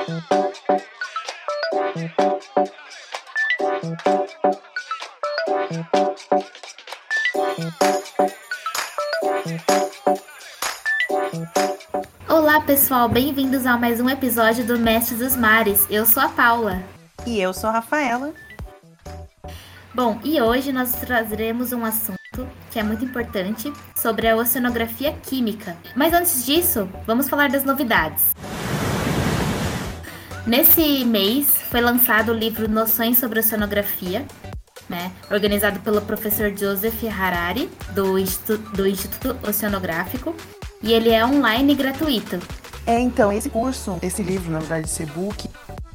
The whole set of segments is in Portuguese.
Olá pessoal, bem-vindos a mais um episódio do Mestre dos Mares. Eu sou a Paula. E eu sou a Rafaela. Bom, e hoje nós trazeremos um assunto que é muito importante sobre a oceanografia química. Mas antes disso, vamos falar das novidades. Nesse mês foi lançado o livro Noções sobre Oceanografia, organizado pelo professor Joseph Harari, do Instituto Oceanográfico, e ele é online e gratuito. Então, esse livro, na verdade, esse e-book,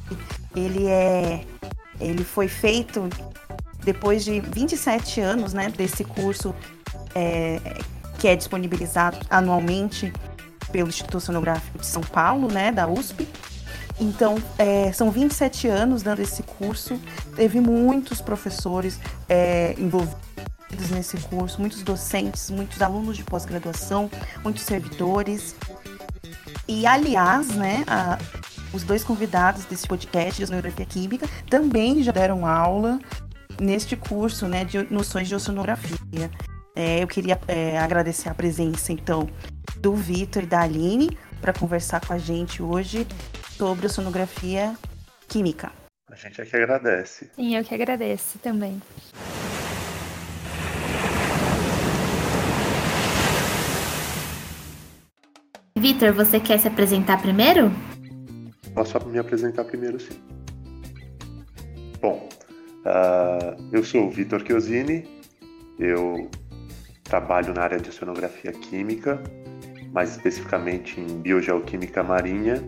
ele foi feito depois de 27 anos, né, desse curso que é disponibilizado anualmente pelo Instituto Oceanográfico de São Paulo, né, da USP. Então, são 27 anos dando esse curso, teve muitos professores envolvidos nesse curso, muitos docentes, muitos alunos de pós-graduação, muitos servidores. E, aliás, né, os dois convidados desse podcast de Oceanografia Química também já deram aula neste curso, né, de noções de oceanografia. Eu queria agradecer a presença, então, do Vitor e da Aline para conversar com a gente hoje sobre oceanografia química. A gente é que agradece. Sim, eu que agradeço também. Vitor, você quer se apresentar primeiro? Posso me apresentar primeiro, sim. Bom, eu sou o Vitor Chiosini, eu trabalho na área de oceanografia química, mais especificamente em biogeoquímica marinha.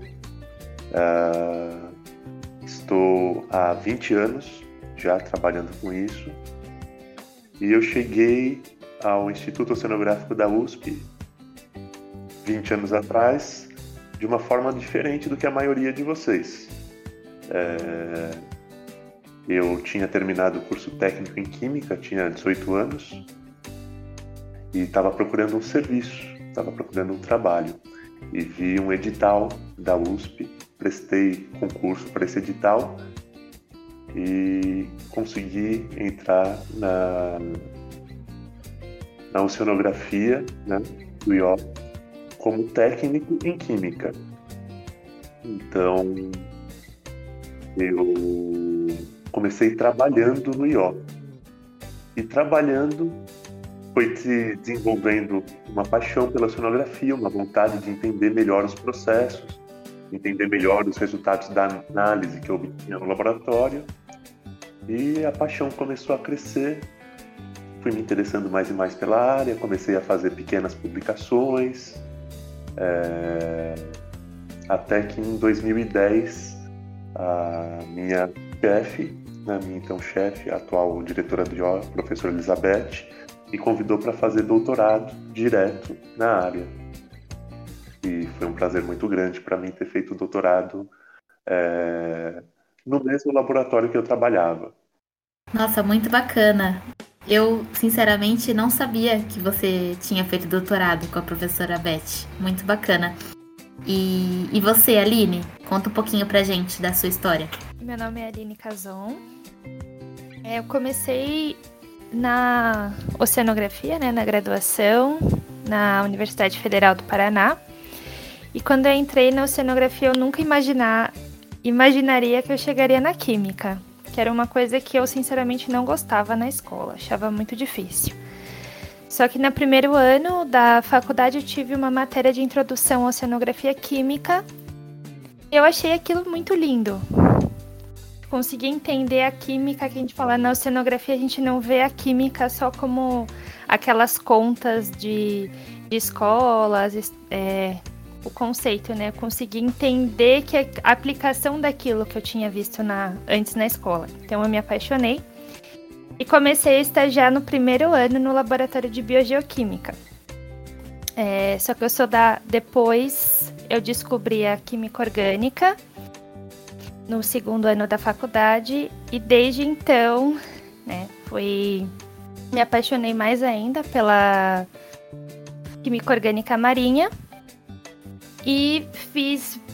Estou há 20 anos já trabalhando com isso e eu cheguei ao Instituto Oceanográfico da USP 20 anos atrás de uma forma diferente do que a maioria de vocês. Eu tinha terminado o curso técnico em Química, tinha 18 anos e estava procurando um serviço, estava procurando um trabalho e vi um edital da USP, prestei concurso para esse edital e consegui entrar na oceanografia, né, do IO como técnico em Química. Então, eu comecei trabalhando no IO. E trabalhando, foi se desenvolvendo uma paixão pela oceanografia, uma vontade de entender melhor os processos, entender melhor os resultados da análise que eu obtinha no laboratório. E a paixão começou a crescer. Fui me interessando mais e mais pela área, comecei a fazer pequenas publicações, até que em 2010 a minha chefe, minha então chefe, a atual diretora do IO, a professora Elizabeth, me convidou para fazer doutorado direto na área. E foi um prazer muito grande para mim ter feito o doutorado no mesmo laboratório que eu trabalhava. Nossa, muito bacana. Eu, sinceramente, não sabia que você tinha feito doutorado com a professora Beth. Muito bacana. E você, Aline? Conta um pouquinho pra gente da sua história. Meu nome é Aline Cazon. Eu comecei na oceanografia, né, na graduação, na Universidade Federal do Paraná. E quando eu entrei na oceanografia, eu nunca imaginaria que eu chegaria na química, que era uma coisa que eu, sinceramente, não gostava na escola, achava muito difícil. Só que no primeiro ano da faculdade eu tive uma matéria de introdução à oceanografia química. Eu achei aquilo muito lindo. Consegui entender a química que a gente fala na oceanografia, a gente não vê a química só como aquelas contas de escolas, o conceito, né? Eu consegui entender que a aplicação daquilo que eu tinha visto antes na escola. Então eu me apaixonei e comecei a estagiar no primeiro ano no laboratório de biogeoquímica. Só que depois eu descobri a química orgânica no segundo ano da faculdade e desde então, né, me apaixonei mais ainda pela química orgânica marinha e fiz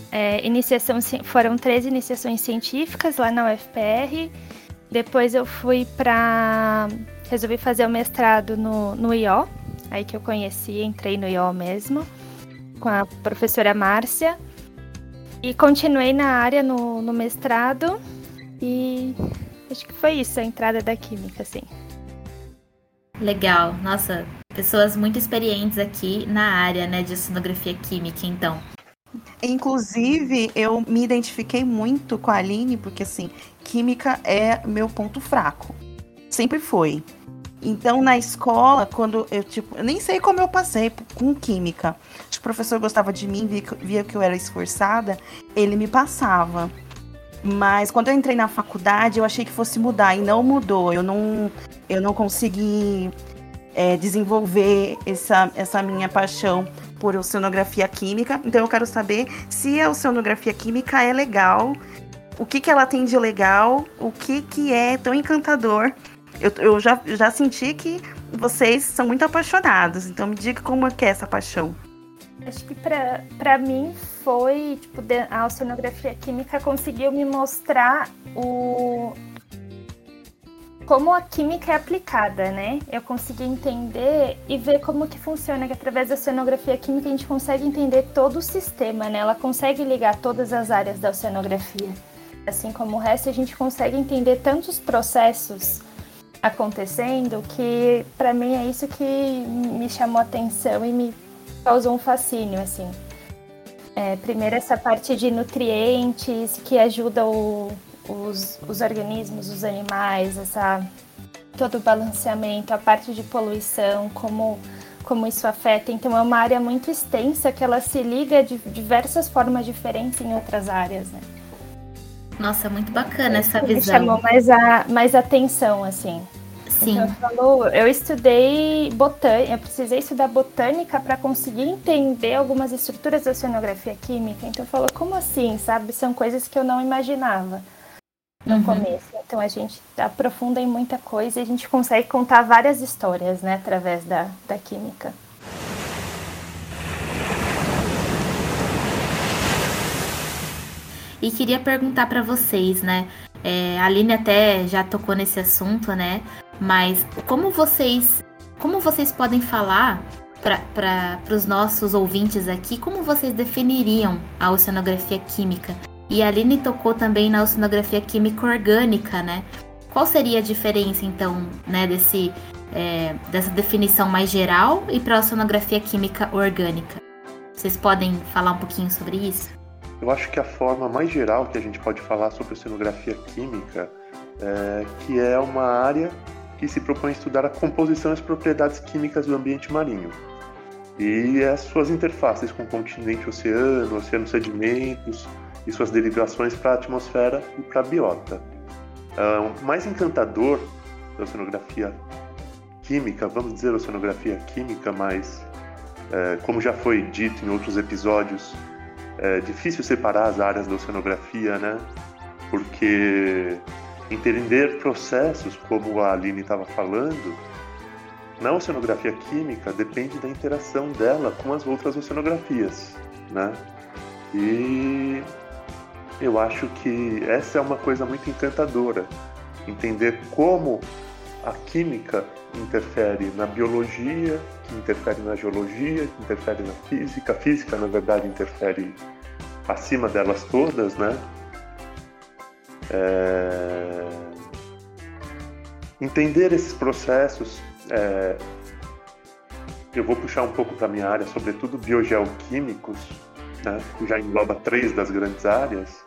foram 3 iniciações científicas lá na UFPR. Depois eu resolvi fazer o mestrado no IO, aí que eu entrei no IO mesmo, com a professora Márcia. E continuei na área no mestrado e acho que foi isso, a entrada da química, assim. Legal, nossa, pessoas muito experientes aqui na área, né, de oceanografia química, então. Inclusive, eu me identifiquei muito com a Aline, porque, assim, química é meu ponto fraco. Sempre foi. Então, na escola, quando eu nem sei como eu passei com química. Acho que o professor gostava de mim, via que eu era esforçada, ele me passava. Mas quando eu entrei na faculdade, eu achei que fosse mudar, e não mudou. Eu não consegui desenvolver essa minha paixão por oceanografia química. Então eu quero saber se a oceanografia química é legal, o que ela tem de legal, o que é tão encantador. Eu já senti que vocês são muito apaixonados, então me diga como é que é essa paixão. Acho que pra mim foi, a oceanografia química conseguiu me mostrar como a química é aplicada, né? Eu consegui entender e ver como que funciona, que através da oceanografia química a gente consegue entender todo o sistema, né? Ela consegue ligar todas as áreas da oceanografia. Assim como o resto, a gente consegue entender tantos processos acontecendo que, pra mim, é isso que me chamou a atenção e me causou um fascínio, assim. Primeiro, essa parte de nutrientes que ajuda os organismos, os animais, todo o balanceamento, a parte de poluição, como isso afeta. Então, é uma área muito extensa que ela se liga de diversas formas diferentes em outras áreas, né? Nossa, muito bacana essa visão. Me chamou mais atenção, assim. Sim. Então, eu estudei botânica, eu precisei estudar botânica para conseguir entender algumas estruturas da oceanografia química. Então, falou, como assim, sabe? São coisas que eu não imaginava no começo. Então, a gente aprofunda em muita coisa e a gente consegue contar várias histórias, né, através da química. E queria perguntar para vocês, né? A Aline até já tocou nesse assunto, né? Mas como vocês podem falar para os nossos ouvintes aqui, como vocês definiriam a oceanografia química? E a Aline tocou também na oceanografia química orgânica, né? Qual seria a diferença, então, né, dessa definição mais geral e para a oceanografia química orgânica? Vocês podem falar um pouquinho sobre isso? Eu acho que a forma mais geral que a gente pode falar sobre oceanografia química é que é uma área que se propõe a estudar a composição e as propriedades químicas do ambiente marinho e as suas interfaces com o continente oceano sedimentos e suas derivações para a atmosfera e para a biota. O mais encantador da oceanografia química, vamos dizer oceanografia química, mas como já foi dito em outros episódios, é difícil separar as áreas da oceanografia, né? Porque entender processos, como a Aline estava falando, na oceanografia química depende da interação dela com as outras oceanografias, né? E eu acho que essa é uma coisa muito encantadora, entender como a química interfere na biologia, que interfere na geologia, que interfere na física. A física, na verdade, interfere acima delas todas, né? Entender esses processos, eu vou puxar um pouco para a minha área, sobretudo biogeoquímicos, né? Que já engloba 3 das grandes áreas.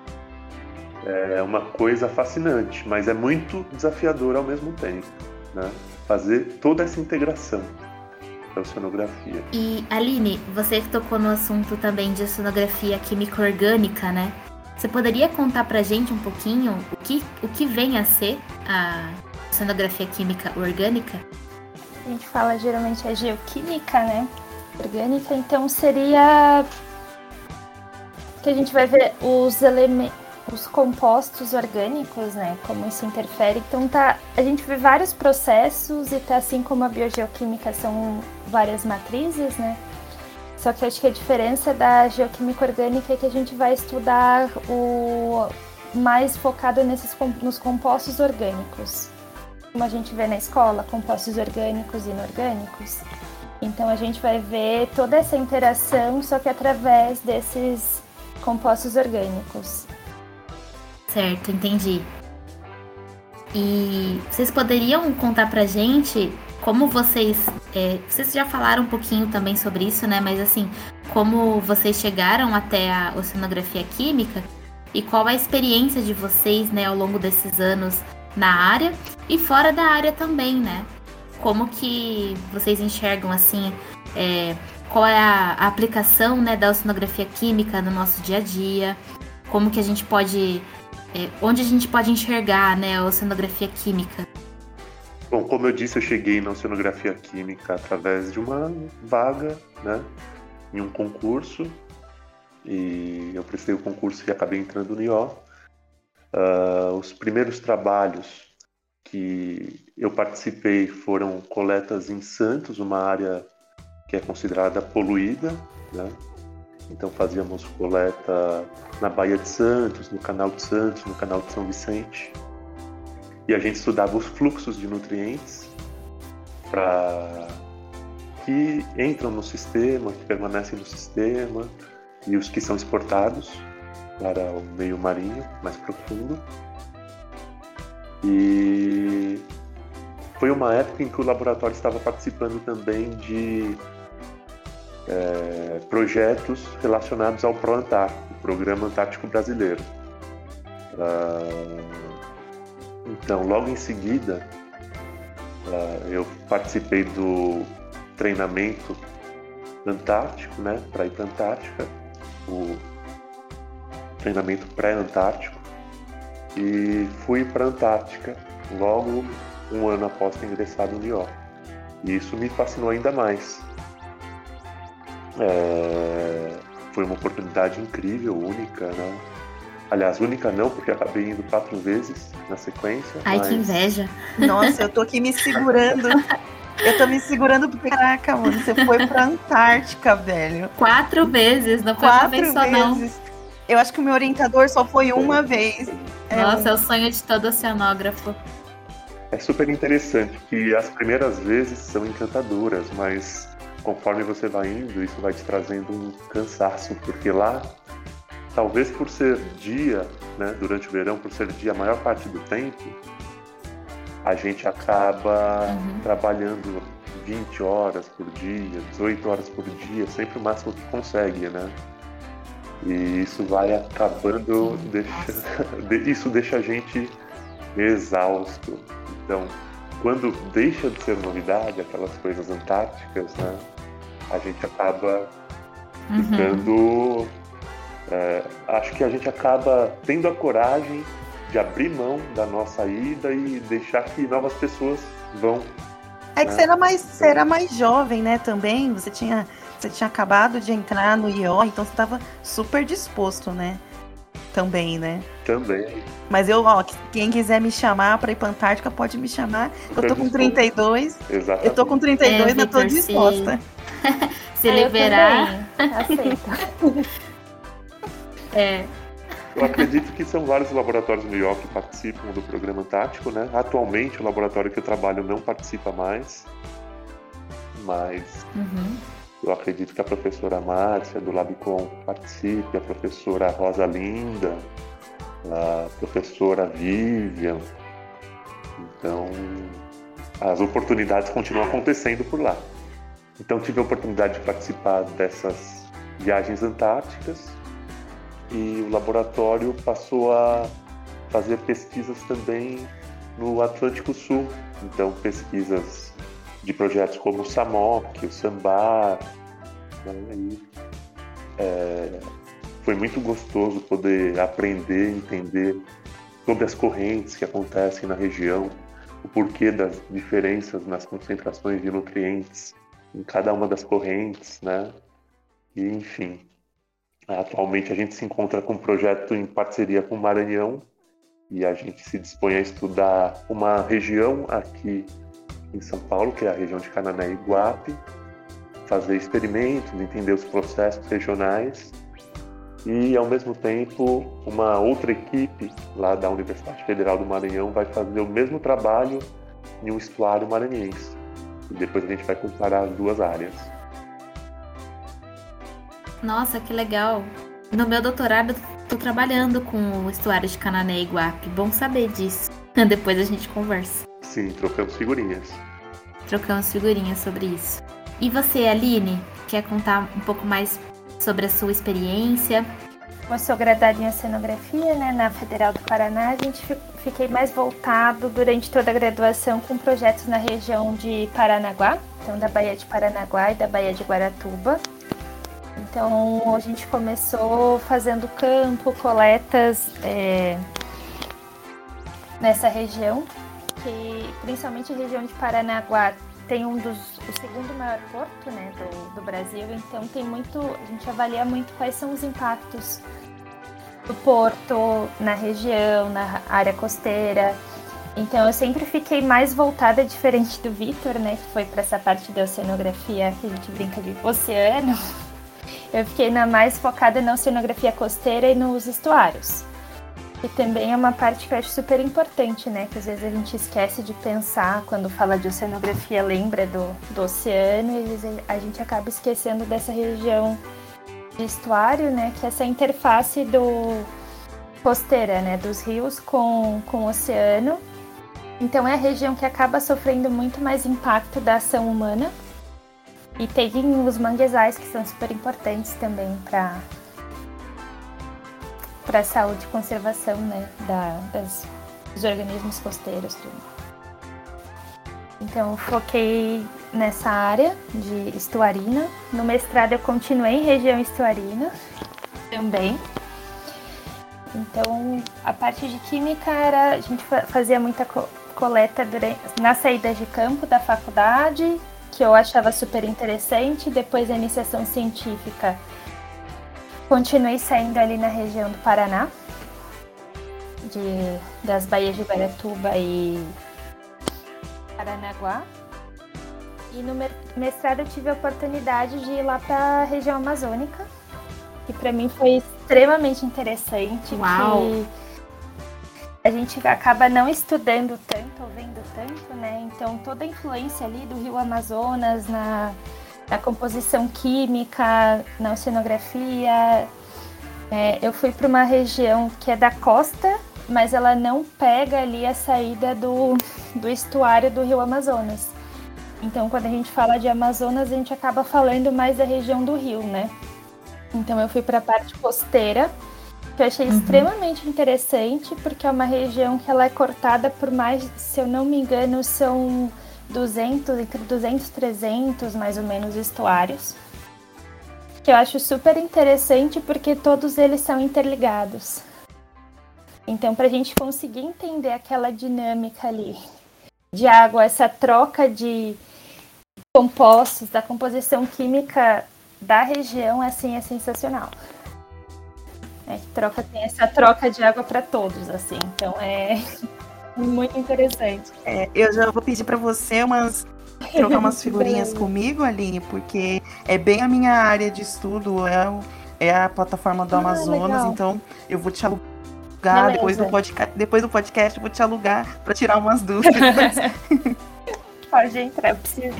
É uma coisa fascinante, mas é muito desafiador ao mesmo tempo, né? Fazer toda essa integração da oceanografia. E Aline, você que tocou no assunto também de oceanografia química orgânica, né? Você poderia contar pra gente um pouquinho o que vem a ser a oceanografia química orgânica? A gente fala geralmente a geoquímica, né? Orgânica, então seria que a gente vai ver os compostos orgânicos, né? Como isso interfere. Então a gente vê vários processos e assim como a biogeoquímica são várias matrizes, né? Só que eu acho que a diferença da geoquímica orgânica é que a gente vai estudar o mais focado nos compostos orgânicos. Como a gente vê na escola, compostos orgânicos e inorgânicos. Então a gente vai ver toda essa interação, só que através desses compostos orgânicos. Certo, entendi. E vocês poderiam contar pra gente como vocês já falaram um pouquinho também sobre isso, né? Mas assim, como vocês chegaram até a oceanografia química e qual a experiência de vocês, né, ao longo desses anos na área e fora da área também, né? Como que vocês enxergam, assim, qual é a aplicação, né, da oceanografia química no nosso dia a dia? Como que a gente pode... onde a gente pode enxergar, né, a oceanografia química? Bom, como eu disse, eu cheguei na oceanografia química através de uma vaga, né, em um concurso, e eu prestei o concurso e acabei entrando no IO. Os primeiros trabalhos que eu participei foram coletas em Santos, uma área que é considerada poluída, né? Então fazíamos coleta na Baía de Santos, no Canal de Santos, no Canal de São Vicente. E a gente estudava os fluxos de nutrientes que entram no sistema, que permanecem no sistema, e os que são exportados para o meio marinho mais profundo. E foi uma época em que o laboratório estava participando também de projetos relacionados ao ProAntártico, o Programa Antártico Brasileiro. Então, logo em seguida, eu participei do treinamento antártico, né, para ir para a Antártica, o treinamento pré-antártico, e fui para a Antártica logo um ano após ter ingressado no IO. E isso me fascinou ainda mais. Foi uma oportunidade incrível, única, né? Aliás, única não, porque acabei indo 4 vezes na sequência. Ai, que inveja. Nossa, eu tô aqui me segurando. Eu tô me segurando porque, caraca, mano, você foi pra Antártica, velho. 4 vezes, não foi uma vez só, não. Eu acho que o meu orientador só foi uma vez. Nossa, é o sonho de todo oceanógrafo. É super interessante que as primeiras vezes são encantadoras, mas conforme você vai indo, isso vai te trazendo um cansaço, porque lá, talvez por ser dia, né, durante o verão, por ser dia a maior parte do tempo, a gente acaba trabalhando 20 horas por dia, 18 horas por dia, sempre o máximo que consegue, né? E isso vai acabando, isso deixa a gente exausto. Então, quando deixa de ser novidade, aquelas coisas antárticas, né, a gente acaba ficando... acho que a gente acaba tendo a coragem de abrir mão da nossa ida e deixar que novas pessoas vão. É que você era mais jovem, né, também. Você tinha acabado de entrar no IO, então você estava super disposto, né? Também, né? Também. Mas quem quiser me chamar para ir pra Antártica, pode me chamar. Eu tô com 32. Exatamente. Eu tô com 32, eu tô disposta. Se liberar. Aceito. Eu acredito que são vários laboratórios no IO que participam do programa Antártico, né? Atualmente, o laboratório que eu trabalho não participa mais, mas eu acredito que a professora Márcia, do Labcom, participe, a professora Rosa Linda, a professora Vivian. Então, as oportunidades continuam acontecendo por lá. Então, tive a oportunidade de participar dessas viagens antárticas, e o laboratório passou a fazer pesquisas também no Atlântico Sul. Então, pesquisas de projetos como o SAMOC, o SAMBAR. Né? Foi muito gostoso poder aprender, entender sobre as correntes que acontecem na região, o porquê das diferenças nas concentrações de nutrientes em cada uma das correntes, né? E, enfim... Atualmente a gente se encontra com um projeto em parceria com o Maranhão e a gente se dispõe a estudar uma região aqui em São Paulo, que é a região de Canané e Iguape, fazer experimentos, entender os processos regionais. E, ao mesmo tempo, uma outra equipe lá da Universidade Federal do Maranhão vai fazer o mesmo trabalho em um estuário maranhense. E depois a gente vai comparar as duas áreas. Nossa, que legal. No meu doutorado, eu tô trabalhando com o estuário de Canané e Iguape. Bom saber disso. Depois a gente conversa. Sim, trocamos figurinhas. Trocamos figurinhas sobre isso. E você, Aline, quer contar um pouco mais sobre a sua experiência? Eu sou graduada em oceanografia, né, na Federal do Paraná. A gente fiquei mais voltado durante toda a graduação com projetos na região de Paranaguá, então da Baía de Paranaguá e da Baía de Guaratuba. Então a gente começou fazendo campo, coletas nessa região, que principalmente a região de Paranaguá tem o segundo maior porto, né, do Brasil, então a gente avalia muito quais são os impactos do porto na região, na área costeira. Então eu sempre fiquei mais voltada, diferente do Vitor, né, que foi para essa parte da oceanografia, que a gente brinca de oceano. Eu fiquei mais focada na oceanografia costeira e nos estuários. E também é uma parte que eu acho super importante, né? Que às vezes a gente esquece de pensar quando fala de oceanografia, lembra do oceano, e às vezes a gente acaba esquecendo dessa região de estuário, né? Que é essa interface costeira, né? Dos rios com o oceano. Então é a região que acaba sofrendo muito mais impacto da ação humana. E tem os manguezais, que são super importantes também para a saúde e conservação, né, dos organismos costeiros. Tudo. Então, eu foquei nessa área de estuarina. No mestrado, eu continuei em região estuarina também. Então, a parte de química a gente fazia muita coleta nas saídas de campo da faculdade, que eu achava super interessante. Depois da iniciação científica, continuei saindo ali na região do Paraná, das baías de Guaratuba e Paranaguá. E no mestrado eu tive a oportunidade de ir lá para a região amazônica, que para mim foi extremamente interessante. Uau! Que a gente acaba não estudando tanto, ou vendo tanto, né? Então toda a influência ali do Rio Amazonas na composição química, na oceanografia. Eu fui para uma região que é da costa, mas ela não pega ali a saída do estuário do Rio Amazonas. Então, quando a gente fala de Amazonas, a gente acaba falando mais da região do rio, né? Então, eu fui para a parte costeira, que eu achei extremamente interessante, porque é uma região que ela é cortada por mais, se eu não me engano, são entre 200 e 300, mais ou menos, estuários. Que eu acho super interessante, porque todos eles são interligados. Então, para a gente conseguir entender aquela dinâmica ali de água, essa troca de compostos, da composição química da região, assim, é sensacional. Tem essa troca de água para todos, assim. Então, é muito interessante. Eu já vou pedir para você trocar umas figurinhas comigo, Aline, porque é bem a minha área de estudo, é a plataforma do Amazonas, legal. Então eu vou te alugar depois do podcast, eu vou te alugar para tirar umas dúvidas. Pode entrar, eu preciso.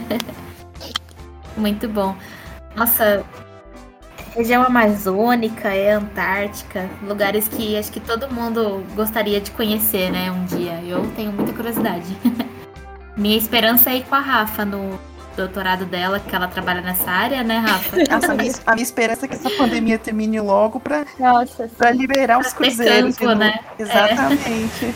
Muito bom. Nossa, região amazônica, Antártica, lugares que acho que todo mundo gostaria de conhecer, né, um dia. Eu tenho muita curiosidade. Minha esperança é ir com a Rafa no doutorado dela, que ela trabalha nessa área, né, Rafa? Nossa, a minha esperança é que essa pandemia termine logo para liberar os Pra ter cruzeiros. campo, né? Exatamente.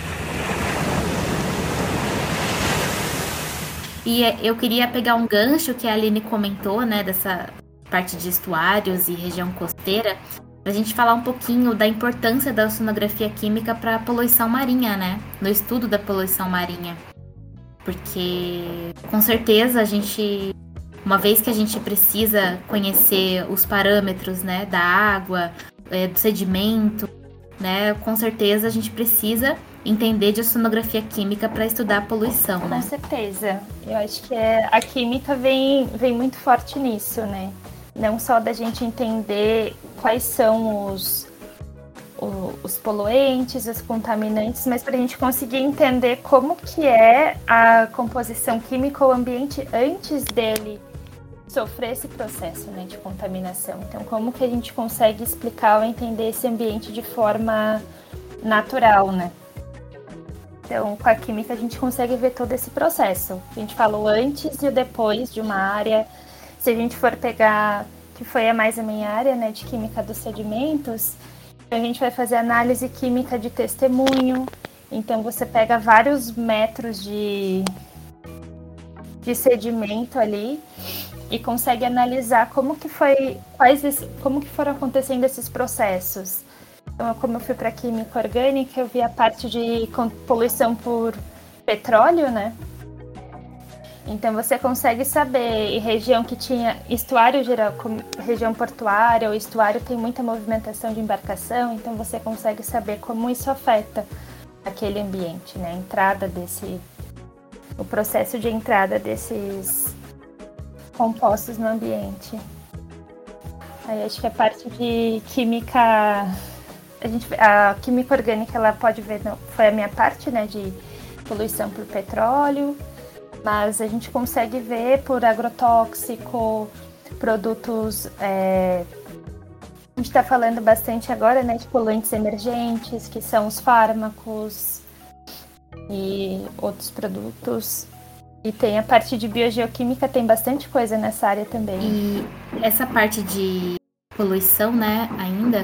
E eu queria pegar um gancho que a Aline comentou, né, dessa parte de estuários e região costeira, pra gente falar um pouquinho da importância da oceanografia química para a poluição marinha, né? No estudo da poluição marinha. Porque, com certeza, uma vez que a gente precisa conhecer os parâmetros, né, da água, do sedimento, né? Com certeza a gente precisa entender de sonografia química para estudar a poluição, né? Com certeza. Eu acho que a química vem muito forte nisso, né? Não só da gente entender quais são os poluentes, os contaminantes, mas para a gente conseguir entender como que é a composição química ou ambiente antes dele sofrer esse processo, né, de contaminação. Então, como que a gente consegue explicar ou entender esse ambiente de forma natural, né? Então, com a química a gente consegue ver todo esse processo. A gente falou antes e o depois de uma área. Se a gente for pegar, que foi mais a minha área, né, de química dos sedimentos, a gente vai fazer análise química de testemunho. Então, você pega vários metros de sedimento ali e consegue analisar como que foram acontecendo esses processos. Então, como eu fui para química orgânica, eu vi a parte de poluição por petróleo, né? Então, você consegue saber, em região que tinha estuário geral, como região portuária, o estuário tem muita movimentação de embarcação, então você consegue saber como isso afeta aquele ambiente, né? O processo de entrada desses compostos no ambiente. Aí acho que a parte de química, a química orgânica, ela pode ver, foi a minha parte, né, de poluição por petróleo, mas a gente consegue ver por agrotóxico, produtos, a gente está falando bastante agora, né, de poluentes emergentes, que são os fármacos e outros produtos. E tem a parte de biogeoquímica, tem bastante coisa nessa área também. E essa parte de poluição, né, ainda,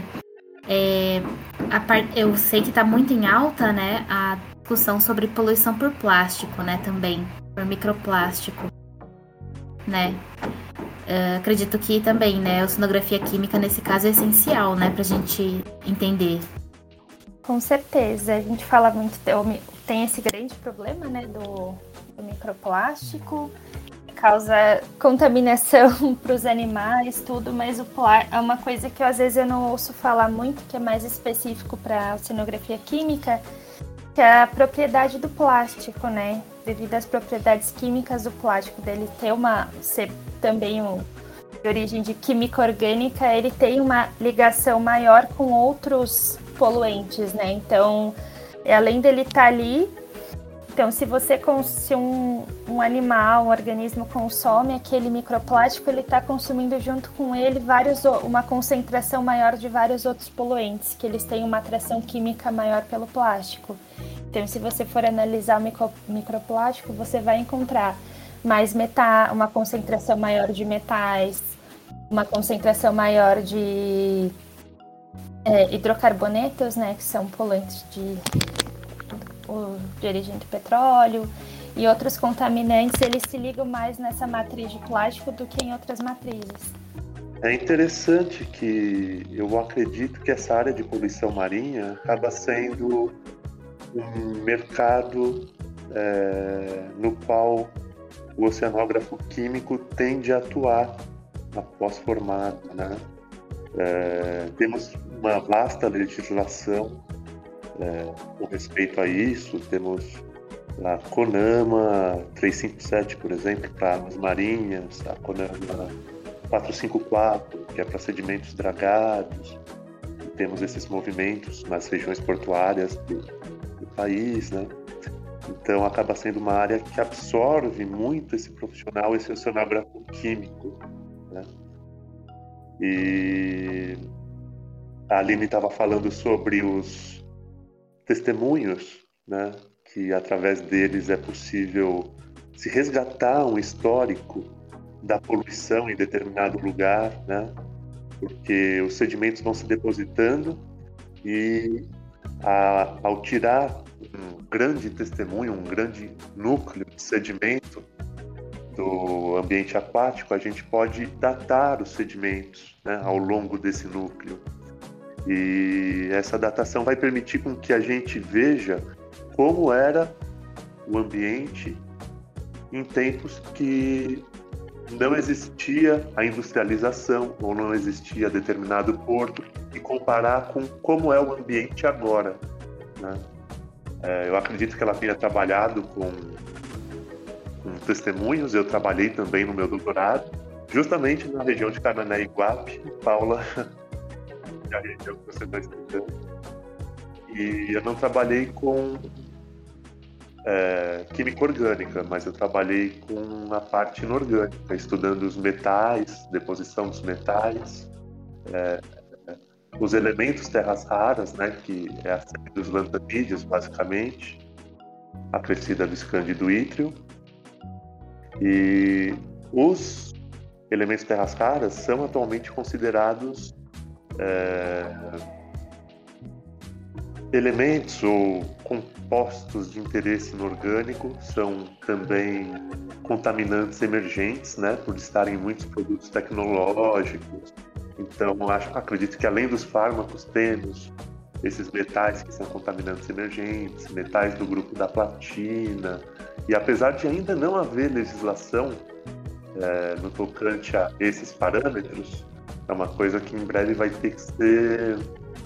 eu sei que está muito em alta, né, a discussão sobre poluição por plástico, né, também, por microplástico, né. Acredito que também, né, a sonografia química nesse caso é essencial, né, pra gente entender. Com certeza, a gente fala muito, tem esse grande problema, né, do microplástico, causa contaminação para os animais, tudo, mas é uma coisa que às vezes eu não ouço falar muito, que é mais específico para a oceanografia química, que é a propriedade do plástico, né? Devido às propriedades químicas do plástico, dele ser também de origem de química orgânica, ele tem uma ligação maior com outros poluentes, né? Então, além dele estar ali, então se um animal, um organismo consome aquele microplástico, ele está consumindo junto com ele uma concentração maior de vários outros poluentes, que eles têm uma atração química maior pelo plástico. Então, se você for analisar o microplástico, você vai encontrar uma concentração maior de metais, uma concentração maior de hidrocarbonetos, né, que são poluentes de origem do petróleo, e outros contaminantes, eles se ligam mais nessa matriz de plástico do que em outras matrizes. É interessante que eu acredito que essa área de poluição marinha acaba sendo um mercado no qual o oceanógrafo químico tende a atuar após formado, né? Temos uma vasta legislação com respeito a isso. Temos a CONAMA 357, por exemplo, para águas marinhas, a CONAMA 454, que é para sedimentos dragados. E temos esses movimentos nas regiões portuárias do país, né? Então acaba sendo uma área que absorve muito esse profissional, esse oceanógrafo químico, né? E a Aline estava falando sobre os testemunhos, né? Que através deles é possível se resgatar um histórico da poluição em determinado lugar, né? Porque os sedimentos vão se depositando e ao tirar um grande testemunho, um grande núcleo de sedimento do ambiente aquático, a gente pode datar os sedimentos, né, ao longo desse núcleo. E essa datação vai permitir com que a gente veja como era o ambiente em tempos que não existia a industrialização ou não existia determinado porto e comparar com como é o ambiente agora, né? Eu acredito que ela tenha trabalhado com testemunhos. Eu trabalhei também no meu doutorado, justamente na região de Canané e Iguape. Paula, é a região que você está estudando. E eu não trabalhei com química orgânica, mas eu trabalhei com a parte inorgânica, estudando os metais, deposição dos metais, os elementos terras raras, né, que é a série dos lantanídeos, basicamente, acrescida do escândio e do ítrio. E os elementos terras raras são atualmente considerados elementos ou compostos de interesse inorgânico, são também contaminantes emergentes, né, por estarem em muitos produtos tecnológicos. Então, acredito que além dos fármacos, temos esses metais que são contaminantes emergentes, metais do grupo da platina. E apesar de ainda não haver legislação no tocante a esses parâmetros, é uma coisa que em breve vai ter que ser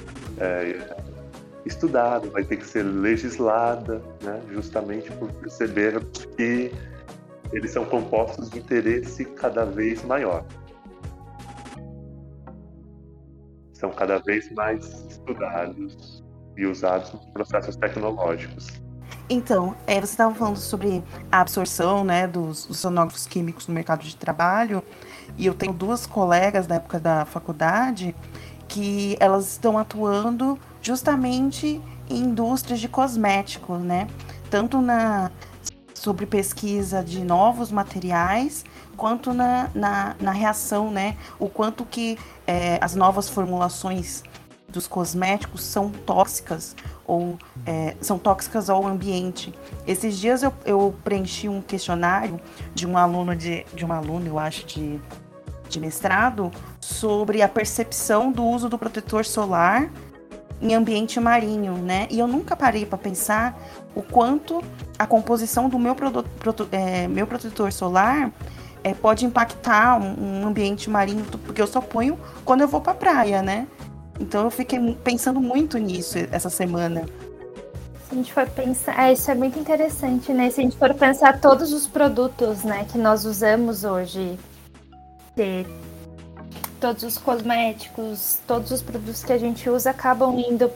estudada, vai ter que ser legislada, né, justamente por percebermos que eles são compostos de interesse cada vez maior. São cada vez mais estudados e usados nos processos tecnológicos. Então, você estava falando sobre a absorção, né, dos oceanógrafos químicos no mercado de trabalho, e eu tenho duas colegas da época da faculdade que elas estão atuando justamente em indústrias de cosméticos, né? Tanto sobre pesquisa de novos materiais, quanto na reação, né? O quanto que as novas formulações dos cosméticos são tóxicas ao ambiente. Esses dias eu preenchi um questionário de um aluno, eu acho, de mestrado, sobre a percepção do uso do protetor solar em ambiente marinho, né? E eu nunca parei para pensar o quanto a composição do meu protetor solar pode impactar um ambiente marinho, porque eu só ponho quando eu vou para a praia, né? Então eu fiquei pensando muito nisso essa semana. Se a gente for pensar, isso é muito interessante, né? Se a gente for pensar todos os produtos, né, que nós usamos hoje, todos os cosméticos, todos os produtos que a gente usa acabam indo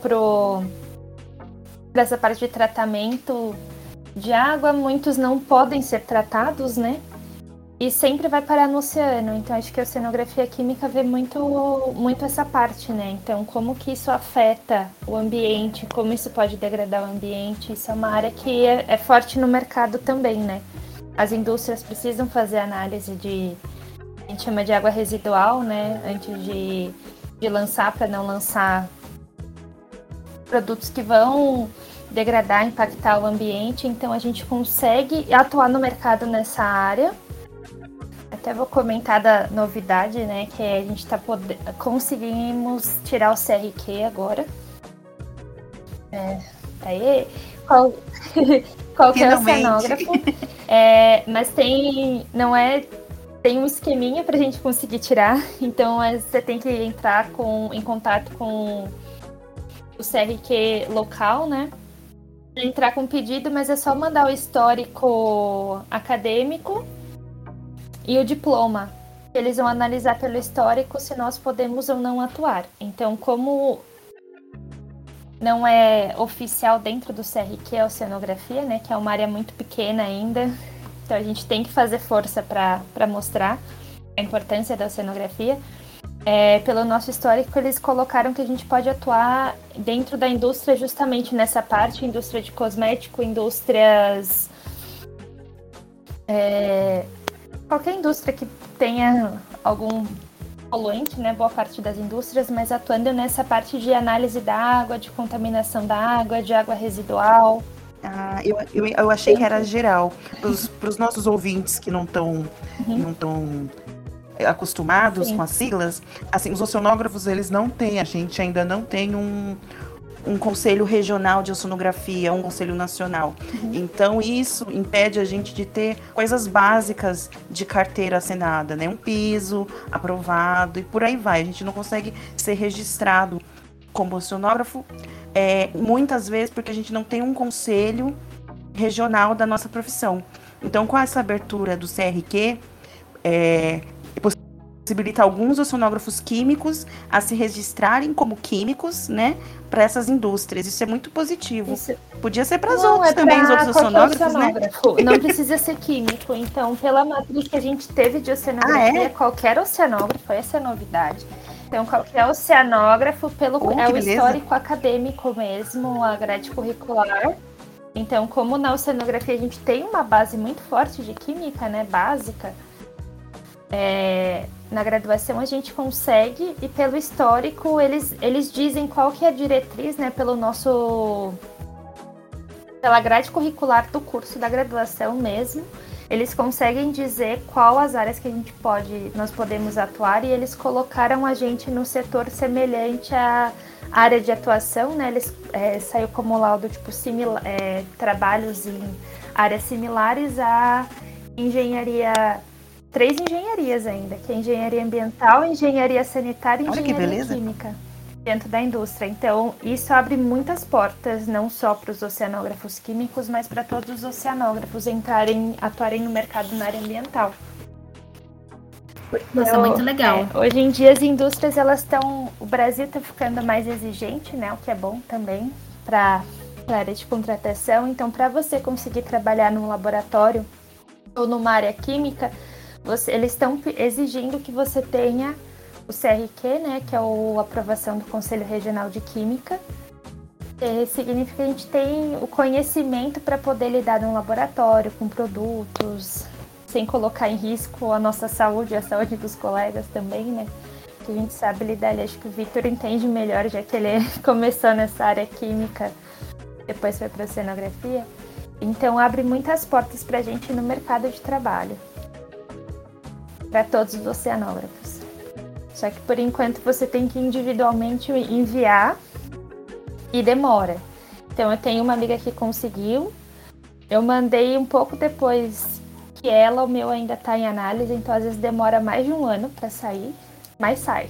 dessa parte de tratamento de água. Muitos não podem ser tratados, né? E sempre vai parar no oceano. Então acho que a oceanografia química vê muito essa parte, né? Então como que isso afeta o ambiente, como isso pode degradar o ambiente. Isso é uma área que é forte no mercado também, né? As indústrias precisam fazer análise a gente chama de água residual, né? Antes de lançar, para não lançar produtos que vão degradar, impactar o ambiente. Então a gente consegue atuar no mercado nessa área. Até vou comentar da novidade, né? Que a gente conseguimos tirar o CRQ agora. Aí, qualquer oceanógrafo. Mas tem um esqueminha pra gente conseguir tirar. Então você tem que entrar em contato com o CRQ local, né? Entrar com pedido, mas é só mandar o histórico acadêmico e o diploma. Eles vão analisar pelo histórico se nós podemos ou não atuar. Então, como não é oficial dentro do CRQ a oceanografia, né, que é uma área muito pequena ainda, então a gente tem que fazer força para mostrar a importância da oceanografia. Pelo nosso histórico, eles colocaram que a gente pode atuar dentro da indústria justamente nessa parte, indústria de cosmético, indústrias... qualquer indústria que tenha algum poluente, né, boa parte das indústrias, mas atuando nessa parte de análise da água, de contaminação da água, de água residual. Eu achei que era geral. Para os nossos ouvintes que não estão acostumados com as siglas, assim, os oceanógrafos, eles não têm, a gente ainda não tem um conselho regional de oceanografia, um conselho nacional. Então isso impede a gente de ter coisas básicas de carteira assinada, né? Um piso aprovado e por aí vai. A gente não consegue ser registrado como oceanógrafo, muitas vezes porque a gente não tem um conselho regional da nossa profissão. Então, com essa abertura do CRQ, possibilita alguns oceanógrafos químicos a se registrarem como químicos, né, para essas indústrias. Isso é muito positivo. Isso. Podia ser para os outros também, os outros oceanógrafos, né? Não precisa ser químico. Então, pela matriz que a gente teve de oceanografia, qualquer oceanógrafo, essa é a novidade. Então, qualquer oceanógrafo, o histórico acadêmico mesmo, a grade curricular. Então, como na oceanografia a gente tem uma base muito forte de química, né, básica, na graduação a gente consegue, e pelo histórico eles dizem qual que é a diretriz, né, pela grade curricular do curso da graduação mesmo, eles conseguem dizer qual as áreas que nós podemos atuar, e eles colocaram a gente no setor semelhante à área de atuação, né, eles saiu como laudo tipo trabalhos em áreas similares à engenharia. 3 engenharias ainda, que é engenharia ambiental, engenharia sanitária e engenharia química dentro da indústria. Então, isso abre muitas portas, não só para os oceanógrafos químicos, mas para todos os oceanógrafos atuarem no mercado na área ambiental. Nossa, muito legal. Hoje em dia as indústrias, o Brasil está ficando mais exigente, né, o que é bom também para a área de contratação. Então, para você conseguir trabalhar num laboratório ou numa área química, eles estão exigindo que você tenha o CRQ, né, que é a aprovação do Conselho Regional de Química. Significa que a gente tem o conhecimento para poder lidar num laboratório com produtos, sem colocar em risco a nossa saúde e a saúde dos colegas também, né? Que a gente sabe lidar ali. Acho que o Victor entende melhor, já que ele começou nessa área química, depois foi para a oceanografia. Então abre muitas portas para a gente no mercado de trabalho, para todos os oceanógrafos. Só que por enquanto você tem que individualmente enviar e demora. Então eu tenho uma amiga que conseguiu, eu mandei um pouco depois que o meu ainda está em análise, então às vezes demora mais de um ano para sair, mas sai.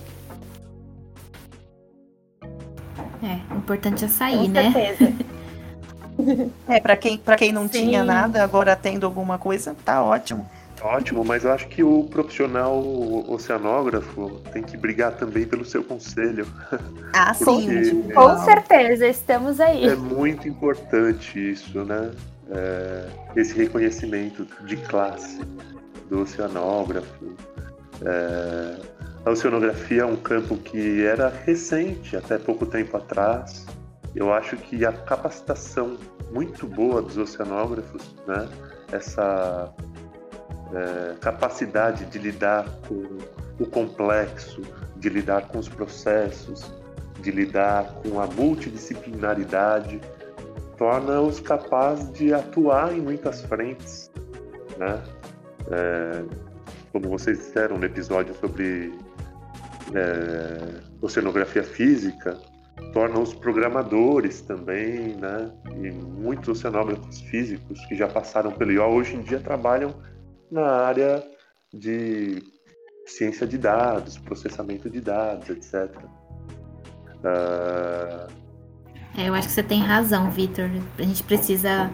O importante é sair, né? Com certeza. Para quem não tinha nada, agora tendo alguma coisa, tá ótimo. Ótimo, mas eu acho que o profissional oceanógrafo tem que brigar também pelo seu conselho. Sim. Com certeza, estamos aí. É muito importante isso, né? Esse reconhecimento de classe do oceanógrafo. A oceanografia é um campo que era recente, até pouco tempo atrás. Eu acho que a capacitação muito boa dos oceanógrafos, né? Essa capacidade de lidar com o complexo, de lidar com os processos, de lidar com a multidisciplinaridade, torna-os capazes de atuar em muitas frentes, né? Como vocês disseram no episódio sobre oceanografia física, torna os programadores também, né? E muitos oceanógrafos físicos que já passaram pelo IO hoje em dia trabalham na área de ciência de dados, processamento de dados, etc. Eu acho que você tem razão, Victor. A gente precisa...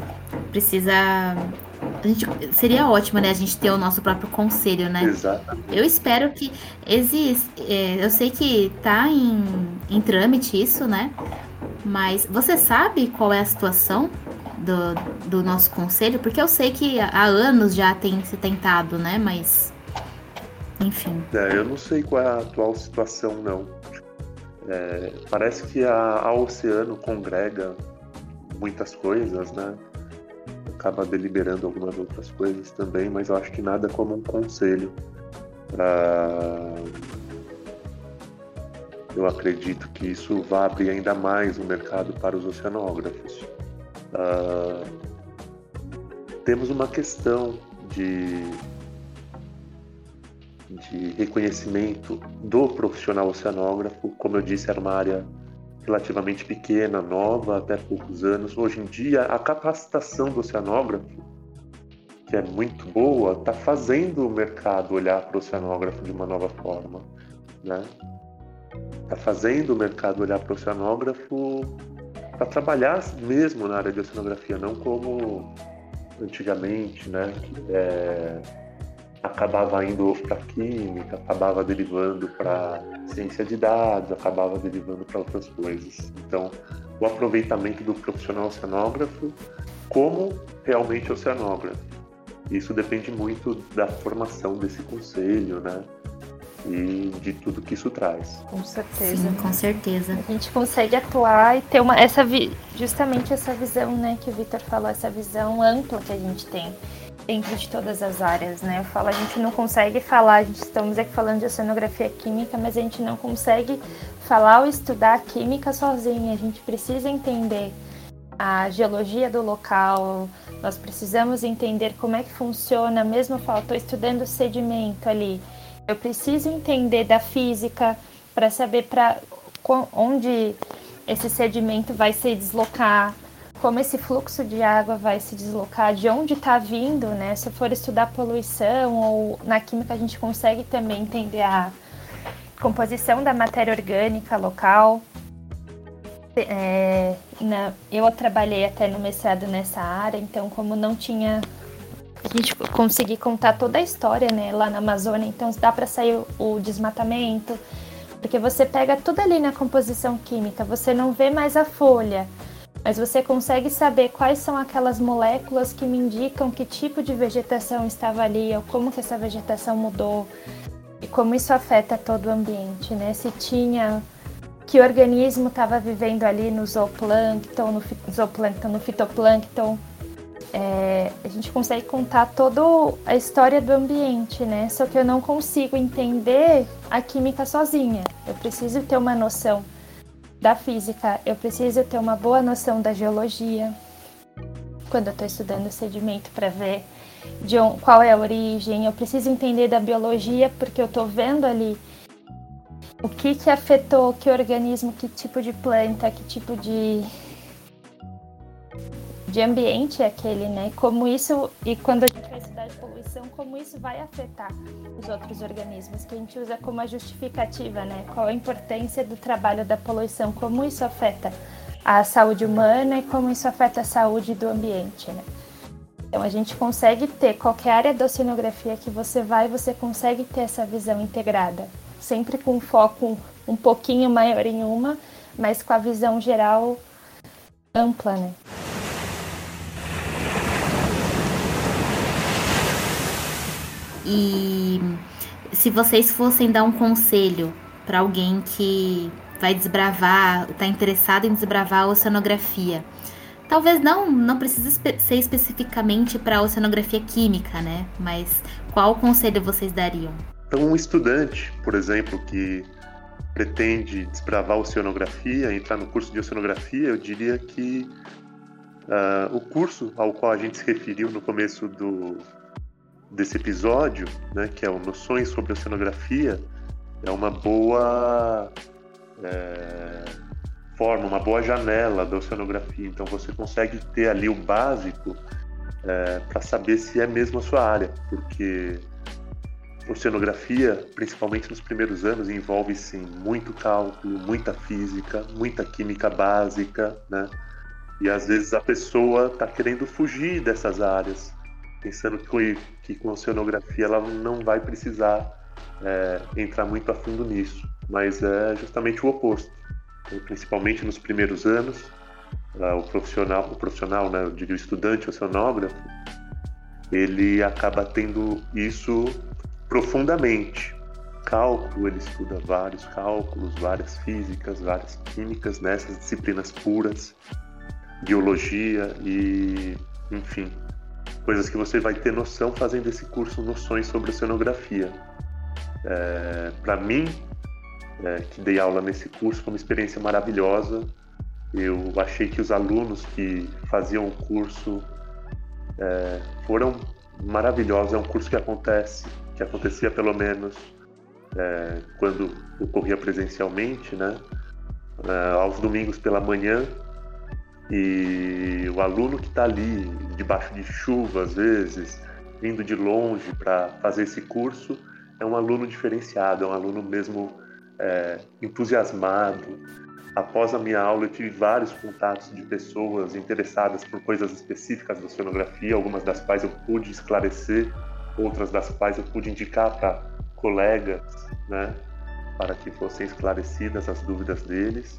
seria ótimo, né, a gente ter o nosso próprio conselho, né? Exatamente. Eu espero que exista. Eu sei que tá em trâmite isso, né? Mas você sabe qual é a situação do nosso conselho? Porque eu sei que há anos já tem se tentado, né? Mas, enfim. Eu não sei qual é a atual situação, não. Parece que a Oceano congrega muitas coisas, né? Acaba deliberando algumas outras coisas também, mas eu acho que nada como um conselho. Eu acredito que isso vai abrir ainda mais o mercado para os oceanógrafos. Temos uma questão de reconhecimento do profissional oceanógrafo. Como eu disse, era uma área relativamente pequena, nova, até poucos anos. Hoje em dia, a capacitação do oceanógrafo, que é muito boa, está fazendo o mercado olhar para o oceanógrafo de uma nova forma, né? Está fazendo o mercado olhar para o oceanógrafo para trabalhar mesmo na área de oceanografia, não como antigamente, né? Acabava indo para química, acabava derivando para ciência de dados, acabava derivando para outras coisas. Então, o aproveitamento do profissional oceanógrafo como realmente oceanógrafo. Isso depende muito da formação desse conselho, né? E de tudo que isso traz. Com certeza. Sim, com certeza. A gente consegue atuar e ter justamente essa visão, né, que o Vitor falou, essa visão ampla que a gente tem dentro de todas as áreas, né? Eu falo, a gente não consegue falar, estamos aqui falando de oceanografia química, mas a gente não consegue falar ou estudar a química sozinha. A gente precisa entender a geologia do local, nós precisamos entender como é que funciona, mesmo eu estou estudando sedimento ali, eu preciso entender da física para saber para onde esse sedimento vai se deslocar, como esse fluxo de água vai se deslocar, de onde está vindo, né? Se eu for estudar poluição, ou na química a gente consegue também entender a composição da matéria orgânica local. Eu trabalhei até no mestrado nessa área, então como não tinha... A gente conseguir contar toda a história, né, lá na Amazônia, então dá para sair o desmatamento, porque você pega tudo ali na composição química, você não vê mais a folha, mas você consegue saber quais são aquelas moléculas que me indicam que tipo de vegetação estava ali, ou como que essa vegetação mudou, e como isso afeta todo o ambiente, né? Se tinha... que organismo estava vivendo ali no zooplâncton, no fitoplâncton. A gente consegue contar toda a história do ambiente, né? Só que eu não consigo entender a química sozinha. Eu preciso ter uma noção da física, eu preciso ter uma boa noção da geologia, quando eu estou estudando sedimento, para ver qual é a origem. Eu preciso entender da biologia, porque eu estou vendo ali o que afetou, que organismo, que tipo de planta, que tipo de ambiente é aquele, né? Como isso, e quando a gente vai estudar de poluição, como isso vai afetar os outros organismos, que a gente usa como a justificativa, né? Qual a importância do trabalho da poluição, como isso afeta a saúde humana e como isso afeta a saúde do ambiente, né? Então a gente consegue ter, qualquer área da oceanografia que você vai, você consegue ter essa visão integrada, sempre com um foco um pouquinho maior em uma, mas com a visão geral ampla, né? E se vocês fossem dar um conselho para alguém que vai desbravar, está interessado em desbravar a oceanografia, talvez não precisa ser especificamente para a oceanografia química, né? Mas qual conselho vocês dariam? Então, um estudante, por exemplo, que pretende desbravar a oceanografia, entrar no curso de oceanografia, eu diria que o curso ao qual a gente se referiu no começo desse episódio, né, que é o Noções sobre Oceanografia, é uma boa forma, uma boa janela da oceanografia. Então você consegue ter ali o básico para saber se é mesmo a sua área, porque oceanografia, principalmente nos primeiros anos, envolve sim muito cálculo, muita física, muita química básica, né? E às vezes a pessoa está querendo fugir dessas áreas, pensando que com a oceanografia ela não vai precisar entrar muito a fundo nisso, mas é justamente o oposto. E, principalmente nos primeiros anos, o profissional, né, eu diria o estudante oceanógrafo, ele acaba tendo isso profundamente. Cálculo, ele estuda vários cálculos, várias físicas, várias químicas nessas disciplinas puras, biologia e, enfim, coisas que você vai ter noção fazendo esse curso Noções sobre Oceanografia. Para mim, que dei aula nesse curso, foi uma experiência maravilhosa. Eu achei que os alunos que faziam o curso foram maravilhosos. É um curso que acontecia pelo menos quando ocorria presencialmente, né? aos domingos pela manhã, e o aluno que está ali, debaixo de chuva às vezes, vindo de longe para fazer esse curso, é um aluno diferenciado, é um aluno mesmo entusiasmado. Após a minha aula, eu tive vários contatos de pessoas interessadas por coisas específicas da oceanografia, algumas das quais eu pude esclarecer, outras das quais eu pude indicar para colegas, né, para que fossem esclarecidas as dúvidas deles.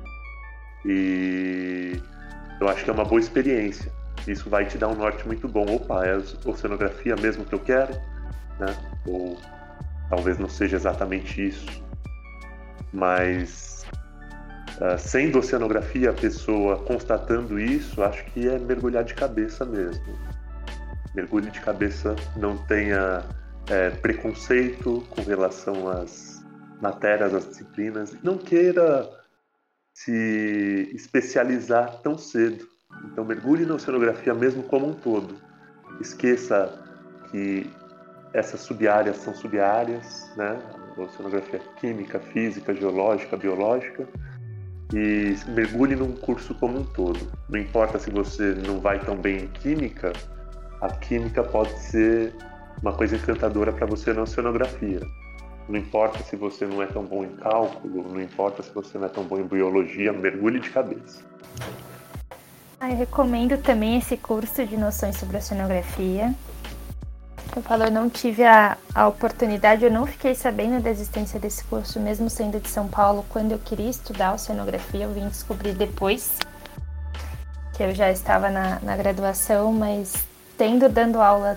E eu acho que é uma boa experiência. Isso vai te dar um norte muito bom. Opa, é a oceanografia mesmo que eu quero, né? Ou talvez não seja exatamente isso, mas sendo oceanografia, a pessoa constatando isso, acho que é mergulhar de cabeça mesmo. Mergulhe de cabeça, não tenha preconceito com relação às matérias, às disciplinas, não queira se especializar tão cedo. Então mergulhe na oceanografia mesmo como um todo. Esqueça que essas sub-áreas são sub-áreas, né? Oceanografia química, física, geológica, biológica, e mergulhe num curso como um todo. Não importa se você não vai tão bem em química, a química pode ser uma coisa encantadora para você na oceanografia. Não importa se você não é tão bom em cálculo, não importa se você não é tão bom em biologia, mergulhe de cabeça. Eu recomendo também esse curso de noções sobre oceanografia. Eu não tive a oportunidade, eu não fiquei sabendo da existência desse curso, mesmo sendo de São Paulo, quando eu queria estudar oceanografia. Eu vim descobrir depois, que eu já estava na graduação, mas tendo dando aula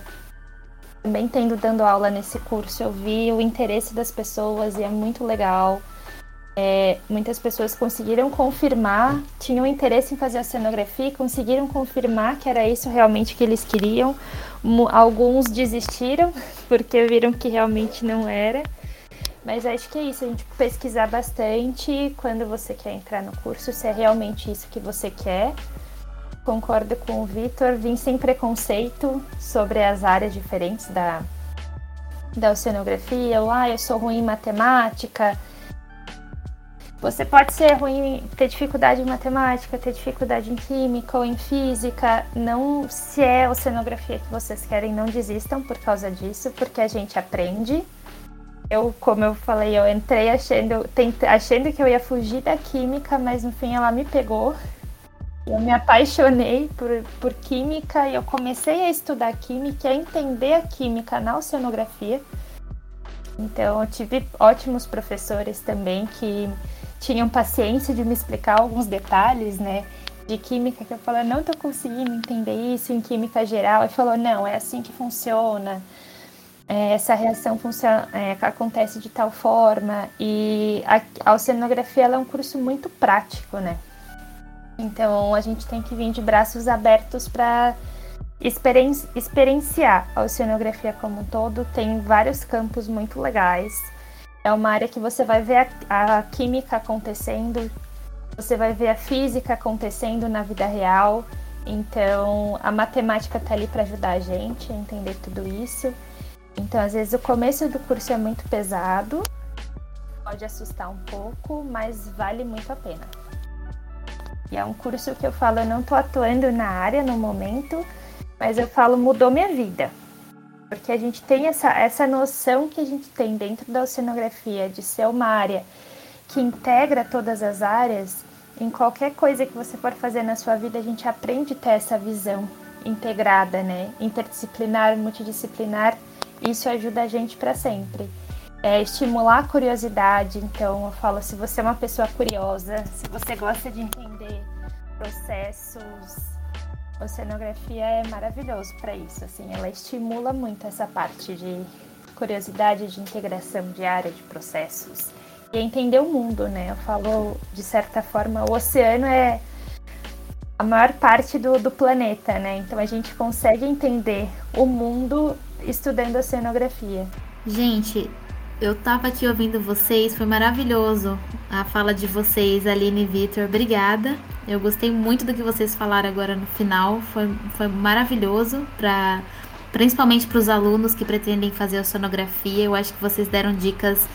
nesse curso, eu vi o interesse das pessoas e é muito legal. Muitas pessoas conseguiram confirmar, tinham interesse em fazer oceanografia, conseguiram confirmar que era isso realmente que eles queriam. Alguns desistiram porque viram que realmente não era. Mas acho que é isso, a gente pesquisar bastante quando você quer entrar no curso, se é realmente isso que você quer. Concordo com o Vitor, vim sem preconceito sobre as áreas diferentes da oceanografia. Eu sou ruim em matemática. Você pode ser ruim, ter dificuldade em matemática, ter dificuldade em química ou em física. Não, se é oceanografia que vocês querem, não desistam por causa disso, porque a gente aprende. Como eu falei, eu entrei achando que eu ia fugir da química, mas no fim ela me pegou. Eu me apaixonei por química e eu comecei a estudar química, a entender a química na oceanografia. Então eu tive ótimos professores também que tinham paciência de me explicar alguns detalhes, né, de química, que eu falei, não estou conseguindo entender isso em química geral. E falou, não, é assim que funciona, essa reação acontece de tal forma. E a oceanografia ela é um curso muito prático, né? Então a gente tem que vir de braços abertos para experienciar a oceanografia como um todo. Tem vários campos muito legais. É uma área que você vai ver a química acontecendo, você vai ver a física acontecendo na vida real. Então, a matemática está ali para ajudar a gente a entender tudo isso. Então, às vezes, o começo do curso é muito pesado, pode assustar um pouco, mas vale muito a pena. E é um curso que eu falo, eu não estou atuando na área no momento, mas eu falo, mudou minha vida. Porque a gente tem essa noção que a gente tem dentro da oceanografia de ser uma área que integra todas as áreas. Em qualquer coisa que você for fazer na sua vida, a gente aprende a ter essa visão integrada, né? Interdisciplinar, multidisciplinar. Isso ajuda a gente para sempre. Estimular a curiosidade. Então, eu falo, se você é uma pessoa curiosa, se você gosta de entender processos, a oceanografia é maravilhoso para isso, assim, ela estimula muito essa parte de curiosidade, de integração de área, de processos e entender o mundo, né? Eu falo, de certa forma, o oceano é a maior parte do planeta, né? Então a gente consegue entender o mundo estudando oceanografia. Gente, eu tava aqui ouvindo vocês, foi maravilhoso a fala de vocês, Aline e Vitor, obrigada. Eu gostei muito do que vocês falaram agora no final, foi maravilhoso, principalmente para os alunos que pretendem fazer oceanografia. Eu acho que vocês deram dicas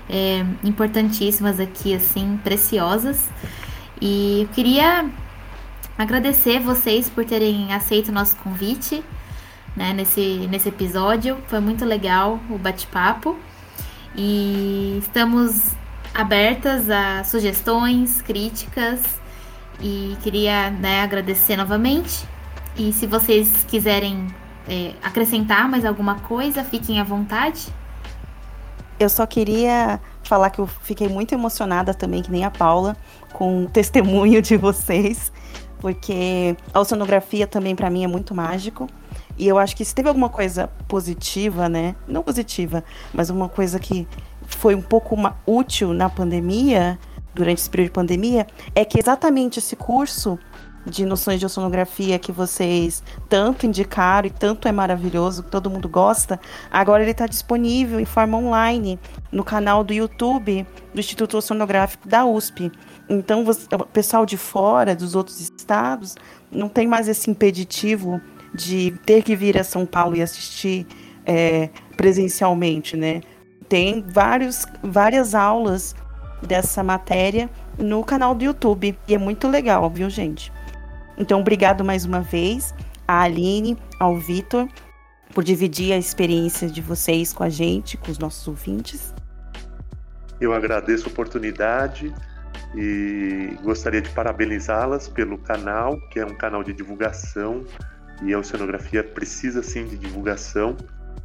importantíssimas aqui, assim, preciosas. E eu queria agradecer vocês por terem aceito o nosso convite, né, nesse episódio. Foi muito legal o bate-papo. E estamos abertas a sugestões, críticas. E queria, né, agradecer novamente. E se vocês quiserem acrescentar mais alguma coisa, fiquem à vontade. Eu só queria falar que eu fiquei muito emocionada também, que nem a Paula, com o testemunho de vocês, porque a oceanografia também para mim é muito mágico. E eu acho que se teve alguma coisa positiva, né? Não positiva, mas uma coisa que foi um pouco útil na pandemia, durante esse período de pandemia, é que exatamente esse curso de noções de oceanografia que vocês tanto indicaram e tanto é maravilhoso, que todo mundo gosta, agora ele está disponível em forma online no canal do YouTube do Instituto Oceanográfico da USP. Então, o pessoal de fora, dos outros estados, não tem mais esse impeditivo de ter que vir a São Paulo e assistir presencialmente, né? Tem várias aulas dessa matéria no canal do YouTube, e é muito legal, viu, gente? Então, obrigado mais uma vez à Aline, ao Vitor, por dividir a experiência de vocês com a gente, com os nossos ouvintes. Eu agradeço a oportunidade e gostaria de parabenizá-las pelo canal, que é um canal de divulgação, e a oceanografia precisa sim de divulgação.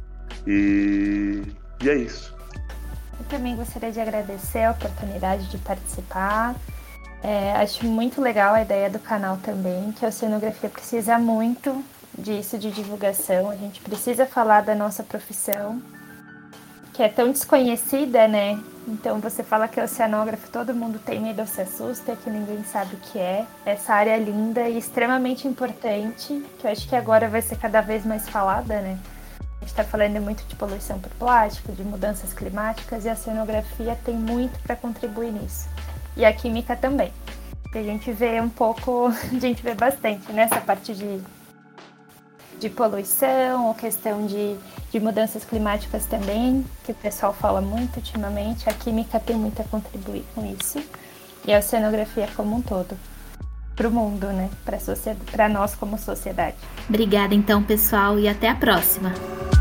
E é isso. Eu também gostaria de agradecer a oportunidade de participar. Acho muito legal a ideia do canal também, que a oceanografia precisa muito disso, de divulgação. A gente precisa falar da nossa profissão, que é tão desconhecida, né? Então você fala que é oceanógrafo, todo mundo tem medo, se assusta, que ninguém sabe o que é. Essa área linda e extremamente importante, que eu acho que agora vai ser cada vez mais falada, né? A gente está falando muito de poluição por plástico, de mudanças climáticas, e a oceanografia tem muito para contribuir nisso. E a química também. A gente vê bastante nessa parte de poluição, ou questão de mudanças climáticas também, que o pessoal fala muito ultimamente. A química tem muito a contribuir com isso. E a oceanografia como um todo. Para o mundo, né? Para nós como sociedade. Obrigada então, pessoal, e até a próxima.